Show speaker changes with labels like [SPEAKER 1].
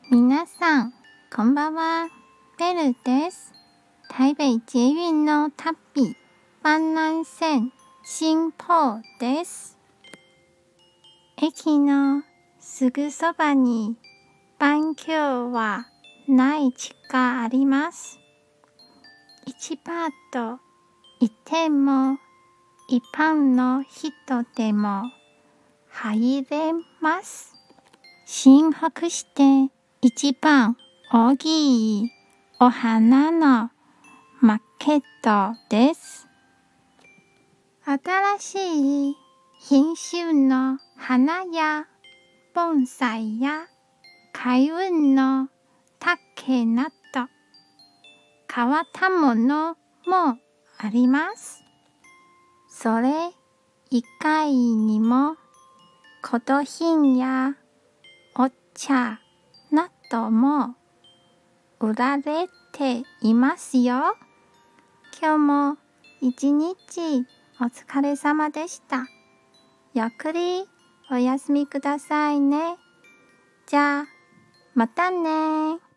[SPEAKER 1] 皆さん、こんばんは。ベルです。台北捷運の旅、板南線新浦です。駅のすぐそばに板橋はない地下あります。1パートいても一般の人でも入れます。新北市で一番大きいお花のマーケットです。新しい品種の花や盆栽や開運の竹など変わったものもあります。それ以外にも古土品やお茶なども売られていますよ。今日も一日お疲れ様でした。ゆっくりお休みくださいね。じゃあ、またね。